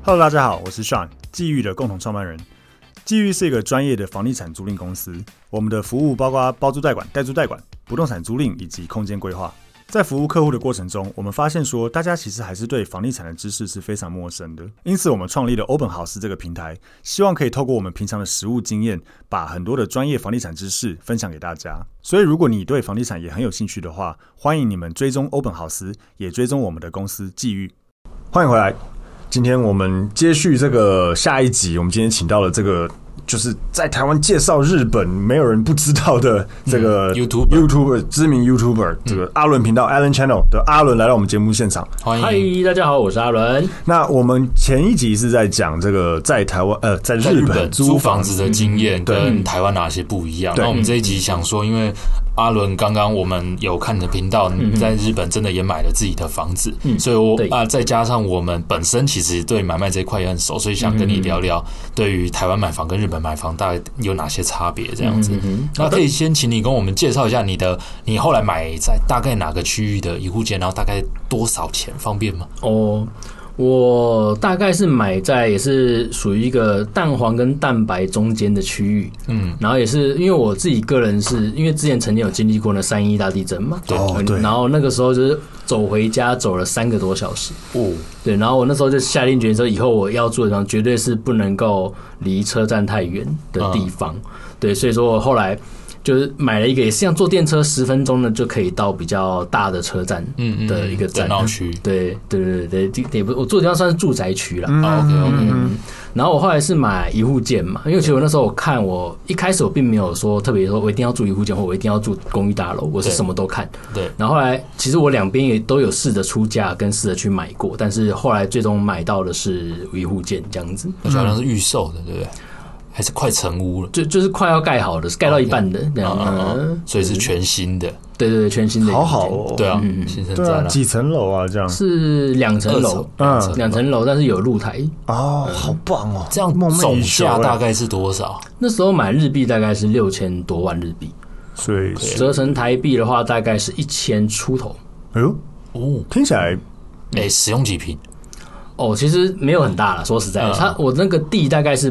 Hello， 大家好，我是 Sean， 际遇的共同创办人。际遇是一个专业的房地产租赁公司，我们的服务包括包租代管、代租代管、不动产租赁以及空间规划。在服务客户的过程中，我们发现说，大家其实还是对房地产的知识是非常陌生的，因此我们创立了 Open House 这个平台，希望可以透过我们平常的实务经验，把很多的专业房地产知识分享给大家。所以如果你对房地产也很有兴趣的话，欢迎你们追踪 Open House， 也追踪我们的公司际遇。欢迎回来。今天我们接续这个下一集，我们今天请到了这个就是在台湾介绍日本没有人不知道的这个 YouTuber 知名 YouTuber 这个阿伦频道 Alan Channel 的阿伦来到我们节目现场。 欢迎， 嗨，大家好，我是阿伦。 那我们前一集是在讲这个在台湾在日本租房子的经验跟台湾哪些不一样。那我们这一集想说，因为阿伦刚刚我们有看你的频道，你在日本真的也买了自己的房子，所以再加上我们本身其实对买卖这一块也很熟，所以想跟你聊聊对于台湾买房跟日本买房大概有哪些差别这样子。那可以先请你跟我们介绍一下你后来买在大概哪个区域的一户建，然后大概多少钱，方便吗？ 我大概是买在也是属于一个蛋黄跟蛋白中间的区域，然后也是因为我自己个人是因为之前曾经有经历过那3.1大地震嘛，对，然后那个时候就是走回家走了3个多小时，对，然后我那时候就下定决心说，以后我要住的地方绝对是不能够离车站太远的地方，对，所以说我后来就是买了一个也是像坐电车10分钟呢就可以到比较大的车站的一个站， 闹区， 对，也不，我住的地方算是住宅区啦。 OK， 然后我后来是买一户建嘛，因为其实我那时候我一开始我并没有说特别说我一定要住一户建或我一定要住公寓大楼，我是什么都看。 对。 然后后来其实我两边也都有试着出价跟试着去买过，但是后来最终买到的是一户建这样子。 而且好像是预售的，对不对？还是快成屋了， 就是快要盖好的，盖到一半的， 所以是全新的， 对，全新的， 好好哦， 对啊，新生站几层楼啊？这样是2层楼，2层楼，但是有露台哦，好棒哦！ 这样总价大概是多少？ 那时候买日币大概是6000多万日币， 所以折成台币的话大概是1000出头。 哎呦，听起来， 使用几坪？ 其实没有很大了，说实在的，我那个地大概是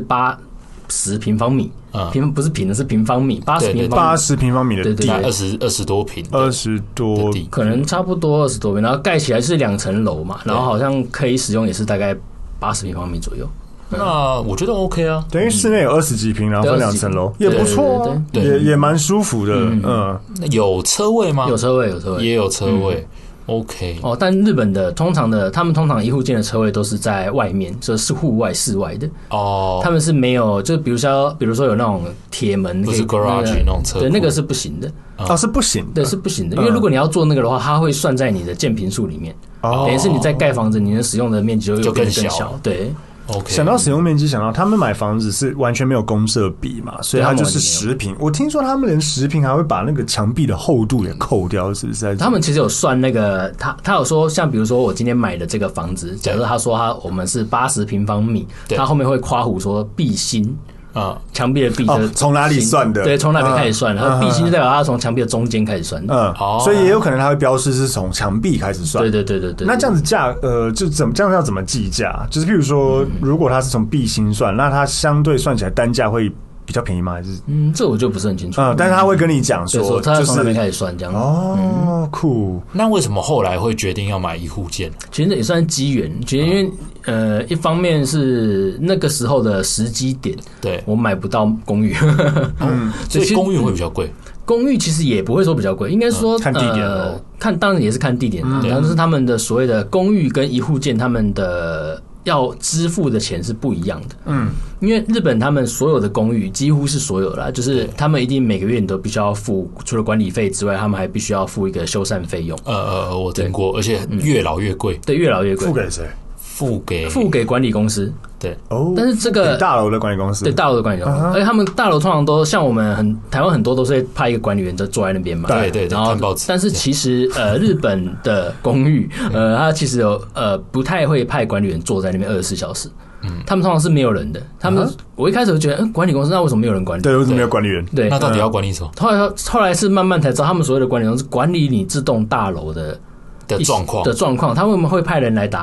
80平方米，不是平的，是平方米，80平方米的地 ，20多平 ，20多地，可能差不多20多平，然后盖起来是2层楼嘛，然后好像可以使用也是大概80平方米左右。 那我觉得 OK 啊， 等于室内有20几平，然后分2层楼，也不错啊，也蛮舒服的。 有车位吗？ 有车位， 也有车位。OK 但日本的他们通常一户建的车位都是在外面，就是户外室外的他们是没有，就比如说有那种铁门， 不是 garage 那种车， 对，那个是不行的是不行的， 对，是不行的，因为如果你要做那个的话，它会算在你的建坪数里面，等于是你在盖房子，你能使用的面积就更小，对。 Okay. 想到使用面积，想到他们买房子是完全没有公设比嘛，所以它就是10坪。我听说他们连10坪还会把那个墙壁的厚度也扣掉，是不是？他们其实有算那个，他有说，像比如说我今天买的这个房子，假设他说我们是80平方米，他后面会括弧说壁心。墙壁的壁从哪里算的？ 对，从哪边开始算的？壁心就代表它从墙壁的中间开始算的。 所以也有可能它会标示是从墙壁开始算。 对。 那这样子就这样要怎么计价？就是譬如说，如果它是从壁心算，那它相对算起来单价会比较便宜吗？还是这我就不是很清楚。 但是他会跟你讲说， 他从那边开始算这样。 酷。 那为什么后来会决定要买一户建？ 其实也算机缘，其实因为一方面是那个时候的时机点， 对， 我买不到公寓， 所以公寓会比较贵。 公寓其实也不会说比较贵，应该说看地点当然也是看地点，但是他们的所谓的公寓跟一户建，他们的要支付的钱是不一样的。因为日本他们所有的公寓几乎是所有啦，就是他们一定每个月你都必须要付，除了管理费之外，他们还必须要付一个修缮费用。 我听过，而且越老越贵。 对，越老越贵。 付给谁？ 付给管理公司。 对， 但是这个大楼的管理公司， 对，大楼的管理公司，而且他们大楼通常都像我们台湾很多都是会派一个管理员就坐在那边嘛， 对， 然后看报纸。 但是其实日本的公寓它其实有不太会派管理员坐在那边24小时，他们通常是没有人的。他们我一开始就觉得管理公司那为什么没有人管理？ 对，为什么没有管理员？ 对， 那到底要管理什么？ 后来是慢慢才知道，他们所谓的管理公司是管理你这栋大楼的状况， 他们会派人来打扫。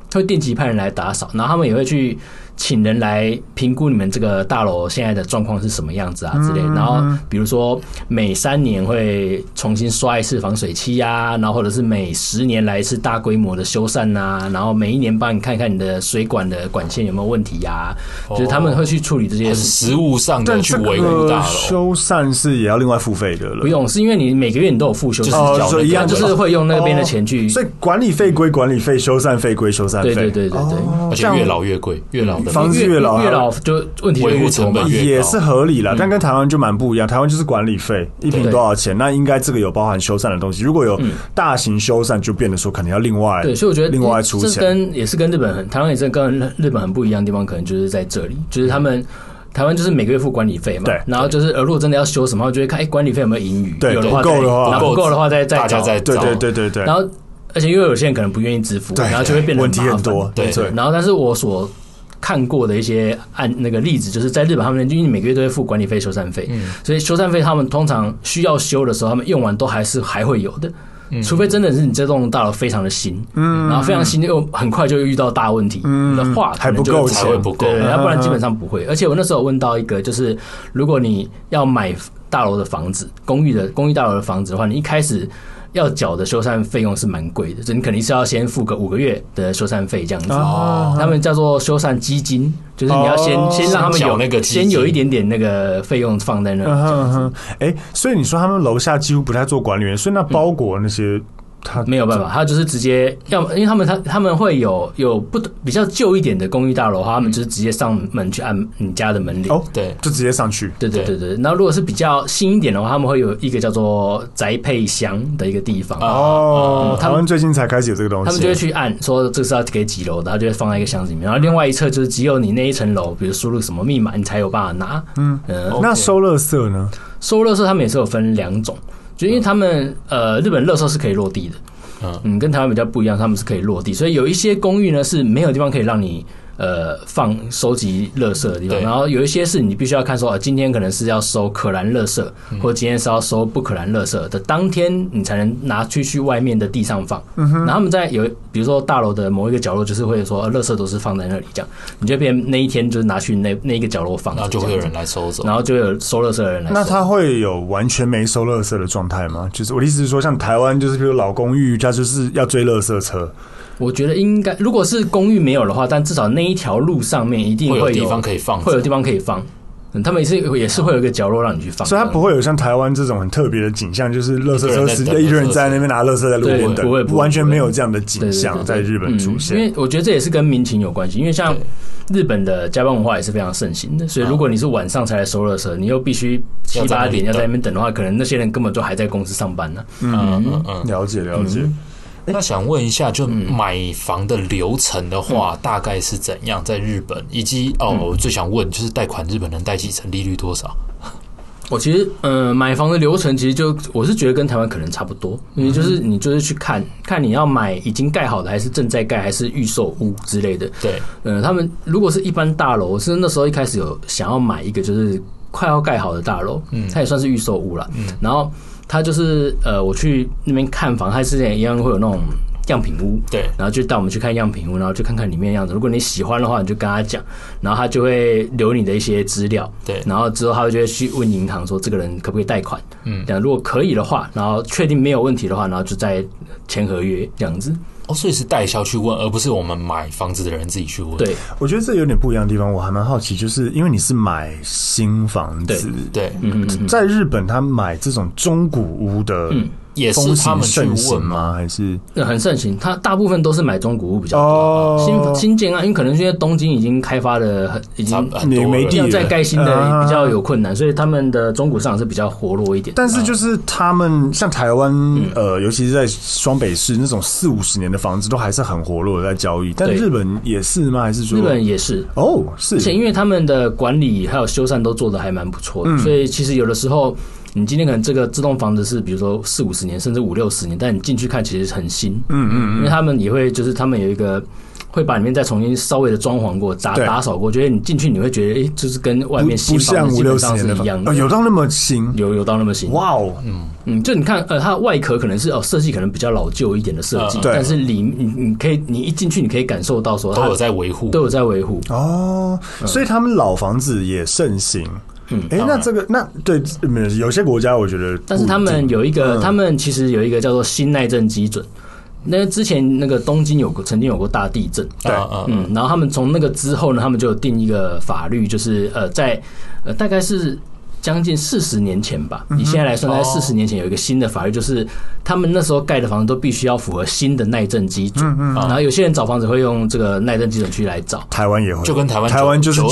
会定期派人来打扫，然后他们也会去请人来评估你们这个大楼现在的状况是什么样子啊之类的。然后比如说每3年会重新刷一次防水漆啊，然后或者是每10年来一次大规模的修缮啊，然后每1年帮你看看你的水管的管线有没有问题啊，就是他们会去处理这些实务上的去维护大楼。 修缮是也要另外付费的了？ 不用，是因为你每个月你都有付修缮缴， 一样就是会用那边的钱去。 所以管理费归管理费，修缮费归修缮费。 对， 而且越老越贵，越老的房子越老就问题维护成本越高， 也是合理啦。但跟台湾就蛮不一样，台湾就是管理费1坪多少钱，那应该这个有包含修缮的东西。如果有大型修缮，就变得说可能要另外。 对，所以我觉得另外出钱。 这也是跟日本台湾也是跟日本很不一样的地方，可能就是在这里，就是他们。台湾就是每个月付管理费嘛， 对， 然后就是如果真的要修什么，就会看管理费有没有盈余， 对， 有的话够的话， 然后不够的话再大家再对， 然后而且因为有些人可能不愿意支付，然后就会变得问题很多， 对。然后但是我所看过的一些那个例子，就是在日本他们因为每个月都会付管理费、修缮费，所以修缮费他们通常需要修的时候，他们用完都还会有的。除非真的是你这栋大楼非常的新，然后非常新又很快就遇到大问题的话， 还不够钱， 对，要不然基本上不会。而且我那时候问到一个，就是如果你要买大楼的房子，公寓大楼的房子的话，你一开始要缴的修缮费用是蛮贵的，你肯定是要先付个5个月的修缮费这样子。他们叫做修缮基金，就是你要先让他们有那个先有一点点那个费用放在那。 所以你说他们楼下几乎不太做管理员，所以那包裹那些。 他没有办法，他就是直接因为他们会有比较旧一点的公寓大楼的话，他们就是直接上门去按你家的门铃， 对，就直接上去。 对。然后如果是比较新一点的话，他们会有一个叫做宅配箱的一个地方。 台湾最近才开始有这个东西， 他们就会去按说这是要给几楼的，他就会放在一个箱子里面。然后另外一侧就是只有你那一层楼，比如输入什么密码，你才有办法拿。 那收垃圾呢？ 收垃圾他们也是有分2种。就因为他们日本垃圾是可以落地的，跟台湾比较不一样，他们是可以落地，所以有一些公寓呢是没有地方可以让你收集垃圾的地方，然后有一些是你必须要看说，今天可能是要收可燃垃圾，或者今天是要收不可燃垃圾的，当天你才能拿去外面的地上放。然后他们在比如说大楼的某一个角落，就是会说垃圾都是放在那里，这样你就变那一天就是拿去那一个角落放， 然后就会有人来收走， 然后就有收垃圾的人来收。 那他会有完全没收垃圾的状态吗？就是我的意思是说，像台湾就是比如老公寓，它就是要追垃圾车。 我觉得应该，如果是公寓没有的话，但至少那一条路上面一定会有地方可以放， 会有地方可以放。他们也是会有一个角落让你去放， 所以它不会有像台湾这种很特别的景象，就是垃圾车司机一个人在那边拿垃圾在路边等，完全没有这样的景象在日本出现。 因为我觉得这也是跟民情有关系，因为像日本的加班文化也是非常盛行的，所以如果你是晚上才来收垃圾，你又必须7、8点要在那边等的话，可能那些人根本就还在公司上班呢。 了解。 那想问一下，就买房的流程的话，大概是怎样在日本？以及我最想问就是贷款日本能贷几成，利率多少？ 我其实买房的流程其实我是觉得跟台湾可能差不多，因为就是你就是去看你要买已经盖好的还是正在盖还是预售屋之类的。 对， 他们如果是一般大楼，是那时候一开始有想要买一个就是快要盖好的大楼，它也算是预售屋啦。然后他就是我去那边看房，他之前一样会有那种样品屋， 对， 然后就带我们去看样品屋，然后就看看里面的样子。如果你喜欢的话，你就跟他讲，然后他就会留你的一些资料， 对， 然后之后他就会去问银行说这个人可不可以贷款，如果可以的话，然后确定没有问题的话，然后就再签合约这样子。 所以是代销去问，而不是我们买房子的人自己去问。 对， 我觉得这有点不一样的地方，我还蛮好奇，就是因为你是买新房子， 对， 在日本他买这种中古屋的。 也是他们去问吗？还是很盛行？他大部分都是买中古屋比较多。新建案，因为可能因为东京已经开发的已经没地了， 要再盖新的比较有困难，所以他们的中古市场是比较活络一点。 但是就是他们像台湾尤其是在双北市那种40、50年的房子，都还是很活络的在交易。但日本也是吗？还是说日本也是？ 是。 而且因为他们的管理还有修缮都做得还蛮不错的，所以其实有的时候。 你今天可能这栋房子是比如说40-50年甚至50-60年，但你进去看其实很新，因为他们也会就是他们有一个。会把里面再重新稍微的装潢过、打扫过，觉得你进去你会觉得，就是跟外面新房子基本上是一样的。 有到那么新？ 有到那么新？ 哇哦， 就你看，它的外壳可能是设计可能比较老旧一点的设计，但是你一进去你可以感受到说都有在维护， 哦， 所以他们老房子也盛行。那这个对有些国家我觉得， 但是他们有一个，他们其实有一个叫做新耐震基准。那之前那个东京曾经有过大地震， 对， 然后他们从那个之后呢，他们就有定一个法律，就是在大概是将近40年前吧，以现在来算，在40年前有一个新的法律，就是他们那时候盖的房子都必须要符合新的耐震基准。然后有些人找房子会用这个耐震基准区来找， 台湾也会， 就跟台湾就是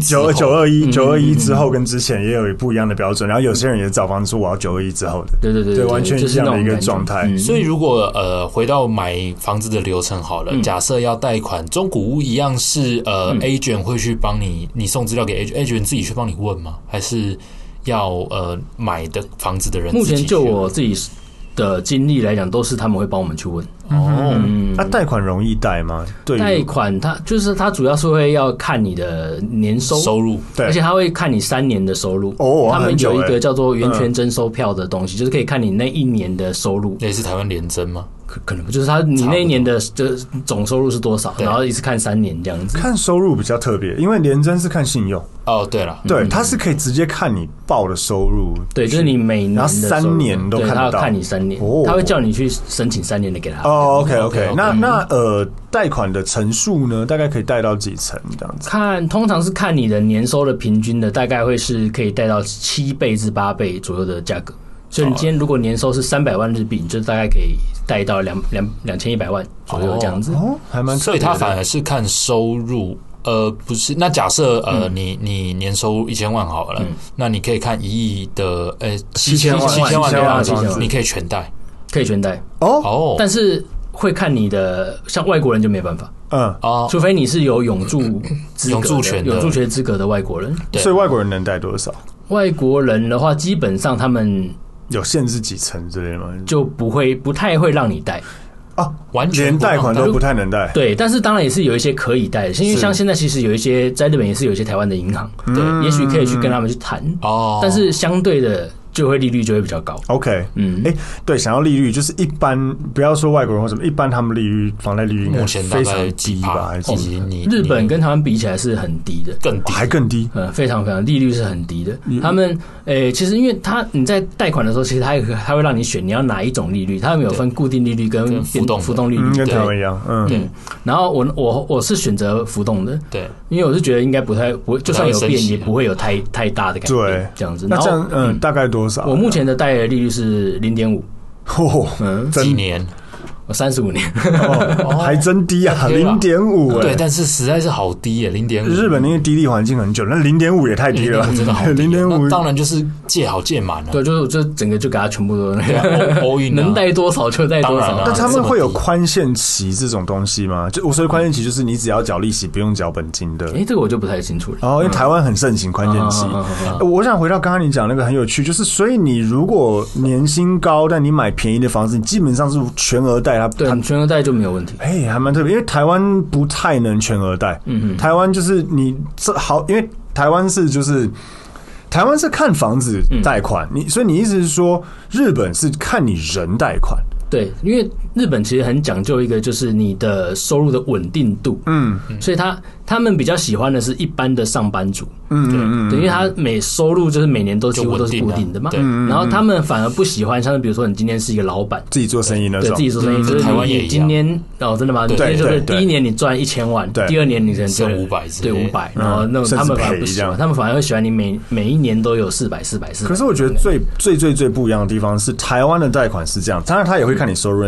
921之后跟之前也有不一样的标准。然后有些人也找房子说我要921之后的， 对， 完全一样的一个状态。 所以如果回到买房子的流程好了，假设要贷款，中古屋一样是agent 会去帮你送资料给 agent 自己去帮你问吗？还是要买的房子的人？ 目前就我自己的经历来讲，都是他们会帮我们去问。 那贷款容易贷吗？对， 贷款它主要是会要看你的年收入， 对， 而且他会看你3年的收入。他们有一个叫做源泉征收票的东西，就是可以看你那1年的收入。 类似台湾联征吗？ 可能不就是你那一年的总收入是多少，然后一次看3年这样子。 看收入比较特别，因为联征是看信用。 对了， 对，他是可以直接看你报的收入。 对，就是你每年的收入， 然后3年都看得到。 他要看你3年，他会叫你去申请3年的给他。 OK， 那贷款的成数呢？大概可以贷到几成这样子？ 通常是看你的年收的平均的，大概会是可以贷到7倍至8倍左右的价格。所以你今天如果年收是300万日币，你就大概可以贷到2100万左右这样子。 还蛮。 所以他反而是看收入，不是。那假设你年收入1000万好了，那你可以看1亿的7000万的房子，你可以全贷， 但是会看你的，像外国人就没办法。除非你是有永住权资格的外国人。 所以外国人能贷多少？ 外国人的话，基本上他们有限制几成之类的吗？ 就不太会让你贷。 完全连贷款都不太能贷。 对，但是当然也是有一些可以贷的，因为像现在其实有一些在日本也是有一些台湾的银行，对，也许可以去跟他们去谈。但是相对的。就会利率就会比较高。 OK，对，想要利率就是一般，不要说外国人或什么，一般他们利率房贷利率目前非常低吧？还是日本跟台湾比起来是很低的， 还更低， 非常非常利率是很低的。他们其实因为你在贷款的时候，其实他会让你选你要哪一种利率，他们有分固定利率跟浮动利率， 跟台湾一样。 然后我是选择浮动的， 对， 因为我是觉得应该不会，就算有变也不会有太大的改变， 对， 这样子。 那这样大概多少？ 我目前的贷的利率是0.5， 几年 ？35年， 还真低啊，0.5。 对，但是实在是好低耶，0.5。 日本那个低利环境很久，那0.5也太低了， 真的好低。 0.5 当然就是借好借满了。 对，就是这整个就给他全部都能贷多少就贷多少。 但他们会有宽限期这种东西吗？就我说的宽限期，就是你只要缴利息，不用缴本金的。 这个我就不太清楚了。 因为台湾很盛行宽限期。我想回到刚刚你讲那个很有趣，就是所以你如果年薪高，但你买便宜的房子，你基本上是全额贷， 对，全额贷就没有问题。 还蛮特别，因为台湾不太能全额贷。台湾就是你好，因为台湾是看房子贷款，所以你意思是说，日本是看你人贷款。 对，因为日本其实很讲究一个，就是你的收入的稳定度。所以他们比较喜欢的是一般的上班族。对，因为他收入就是每年都几乎都是固定的嘛。然后他们反而不喜欢，像是比如说你今天是一个老板， 自己做生意那种， 对，自己做生意，就是你今年真的吗？你今天就是第1年你赚1000万，第2年你可能赚500， 对500，然后那种他们反而不喜欢，他们反而会喜欢你每一年都有400。 可是我觉得最不一样的地方是，台湾的贷款是这样，当然他也会看你收入那些，但是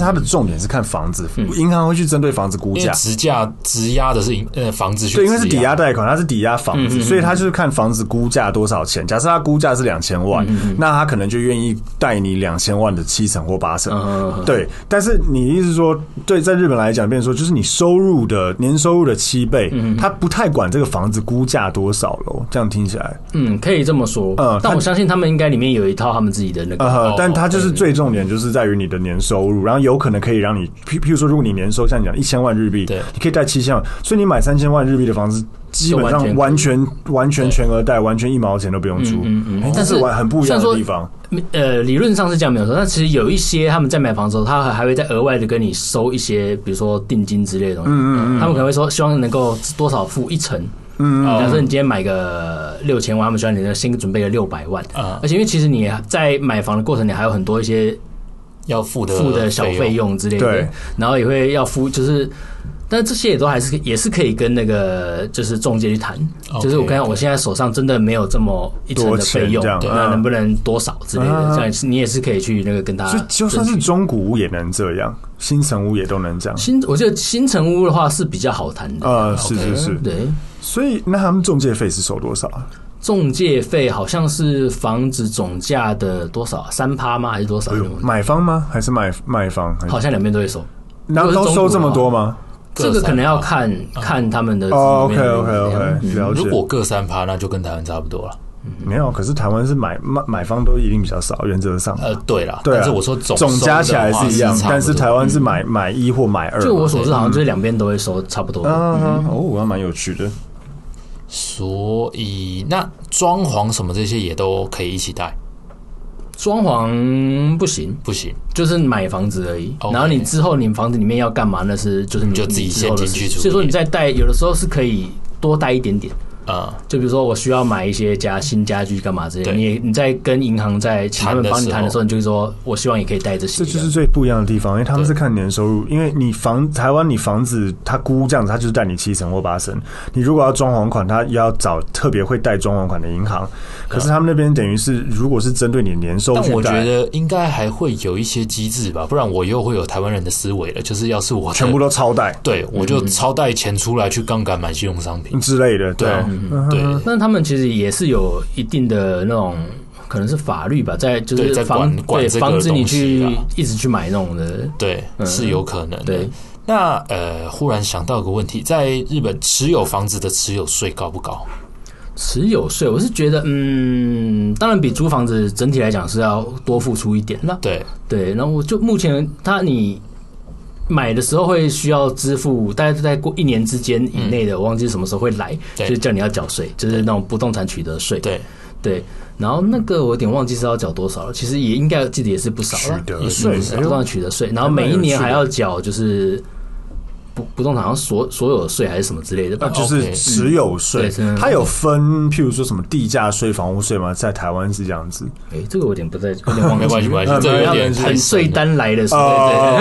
它的重点是看房子，银行会去针对房子估价， 质押的是房子去质押， 对，因为是抵押贷款，它是抵押房子，所以它就是看房子估价多少钱。假设它估价是2000万，那他可能就愿意贷你2000万的7成或8成，对。但是你意思是说，对，在日本来讲，变成说就是你年收入的7倍，他不太管这个房子估价多少了，这样听起来， 可以这么说，但我相信他们应该里面有一套他们自己的那个， 但它就是最重点就是在于你的年收入，然后有可能可以让你，譬如说，如果你年收像你讲1000万日币，你可以贷7000万，所以你买3000万日币的房子，基本上完全全额贷，完全1毛钱都不用出，但是很不一样的地方。 理论上是这样没有错，但其实有一些他们在买房的时候，他还会再额外的跟你收一些，比如说定金之类的东西，他们可能会说希望能够多少付1成。假设你今天买个6000万，他们希望你先准备个600万，而且因为其实你在买房的过程，你还有很多一些要付的小费用之类的，然后也会要付，就是，但这些也都也是可以跟那个就是中介去谈，就是我看我现在手上真的没有这么一层的费用，那能不能多少之类的，这样你也是可以去那个跟他。 所以就算是中古屋也能这样，新成屋也都能这样。 我觉得新成屋的话是比较好谈的， 是， 对。 所以那他们中介费是收多少啊？ 中介费好像是房子总价的多少3%吗？还是多少？ 买方吗？还是卖方？ 好像两边都会收。 然后都收这么多吗？ 这个可能要看他们的。 OK， 了解。 如果各3%，那就跟台湾差不多了。 没有，可是台湾是买方都一定比较少，原则上。 对啦，但是我说总加起来是一样，但是台湾是买1或买2。 就我所知，好像就是两边都会收差不多。 那蛮有趣的。 所以那装潢什么这些也都可以一起带。 装潢不行，就是买房子而已。然后你之后你房子里面要干嘛，那是就是你就自己先进去处理。 所以说你再带，有的时候是可以多带一点点。就比如说我需要买一些新家具干嘛之类的，你在跟银行在请他们帮你谈的时候，你就说我希望也可以带这些。 这就是最不一样的地方，因为他们是看年收入。因为你台湾你房子他估这样子，他就是贷你7成或8成。你如果要装潢款，他要找特别会贷装潢款的银行。可是他们那边等于是，如果是针对你的年收入， 但我觉得应该还会有一些机制吧，不然我又会有台湾人的思维了，就是要是我全部都超贷， 对，我就超贷钱出来去杠杆买金融商品之类的，对。 但他们其实也是有一定的那种，可能是法律吧，就是防止你去一直去买那种的， 对，是有可能的。 对， 那忽然想到一个问题，在日本持有房子的持有税高不高？ 持有税，我是觉得，当然比租房子整体来讲是要多付出一点啦。对，然后我就目前你买的时候会需要支付，大概在过1年之间以内的，我忘记什么时候会来，就是叫你要缴税，就是那种不动产取得税。对，然后那个我有点忘记是要缴多少了，其实也应该记得也是不少了， 取得税， 不动产取得税，然后每一年还要缴就是不动产好像所有的税还是什么之类的吧， 就是持有税，它有分，譬如说什么地价税、房屋税吗？在台湾是这样子。 这个我有点忘记， 没关系，这有点很税单来的时候。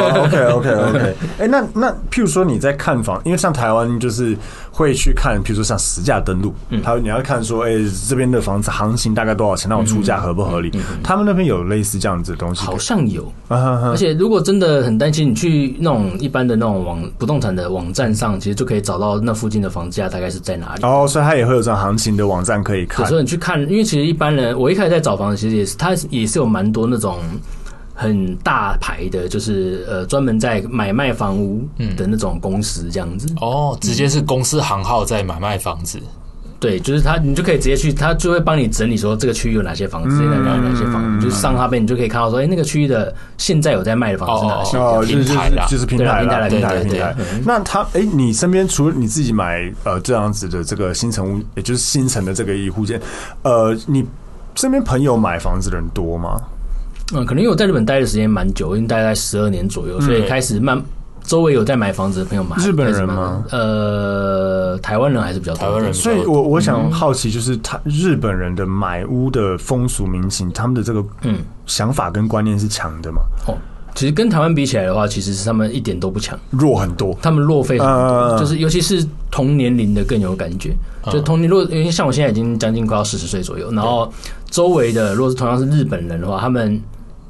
OK。那譬如说你在看房，因为像台湾就是会去看，譬如说像实价登录，你要看说，这边的房子行情大概多少钱，那我出价合不合理？他们那边有类似这样子的东西， 好像有。而且如果真的很担心，你去那种一般的那种不动产的网站上，其实就可以找到那附近的房价大概是在哪里。 所以它也会有这种行情的网站可以看。 所以你去看，因为其实一般人，我一开始在找房子，其实它也是有蛮多那种很大牌的，就是专门在买卖房屋的那种公司这样子。 直接是公司行号在买卖房子。 对，就是你就可以直接去，他就会帮你整理说这个区域有哪些房子，哪些房子，你就上那边你就可以看到说，那个区域的现在有在卖的房子是哪些？ 平台啦， 就是平台。那你身边除了你自己买这样子的这个新成屋，也就是新成的这个一户建，你身边朋友买房子的人多吗？ 可能因为我在日本待的时间蛮久，因为大概12年左右，所以开始周围有在买房子的朋友买。 日本人吗？ 台湾人还是比较多。 台湾人， 所以我想好奇，就是日本人的买屋的风俗民情，他们的这个想法跟观念是强的吗？ 其实跟台湾比起来的话，其实是他们一点都不强， 弱很多。 他们弱非常多，就是尤其是同年龄的更有感觉。就同年，因为像我现在已经将近快要40岁左右，然后周围的如果是同样是日本人的话，他们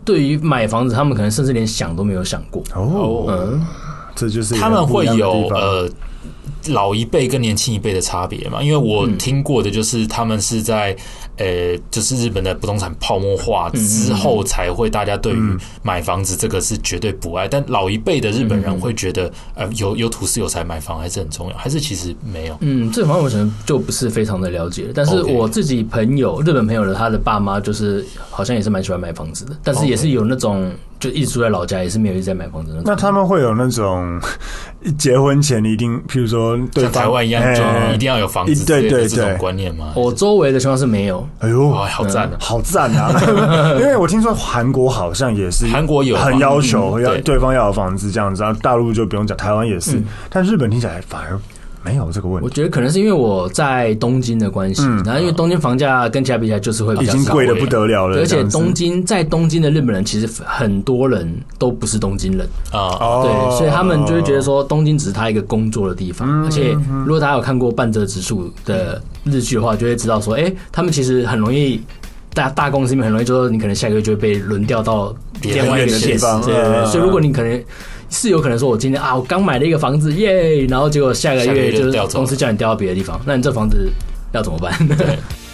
对于买房子，他们可能甚至连想都没有想过。 这就是他们会有老一辈跟年轻一辈的差别嘛？因为我听过的就是他们是在就是日本的不动产泡沫化之后，才会大家对于买房子这个是绝对不爱。但老一辈的日本人会觉得，有土斯有财买房还是很重要，还是其实没有？ 这方面我可能就不是非常的了解。但是我自己朋友，日本朋友的他的爸妈就是好像也是蛮喜欢买房子的，但是也是有那种就一直住在老家，也是没有一直在买房子那种。 那他们会有那种结婚前一定，譬如说像台湾一样，就一定要有房子之类的这种观念吗？ 我周围的情况是没有。 哎呦， 好赞啊！ 好赞啊！因为我听说韩国好像也是， 韩国有很要求要对方要有房子这样子，然后大陆就不用讲，台湾也是，但日本听起来反而没有这个问题。 我觉得可能是因为我在东京的关系，然后因为东京房价跟其他比起来就是会比较已经贵得不得了了， 而且在东京的日本人其实很多人都不是东京人对，所以他们就会觉得说东京只是他一个工作的地方，而且如果大家有看过半泽直树的日剧的话，就会知道说，他们其实很容易。大公司里面很容易，就说你可能下个月就会被轮调到另外一个县市，所以如果你可能是有可能说，我今天我刚买了一个房子耶，然后结果下个月就是公司叫你调到别的地方，那你这房子要怎么办？ 对。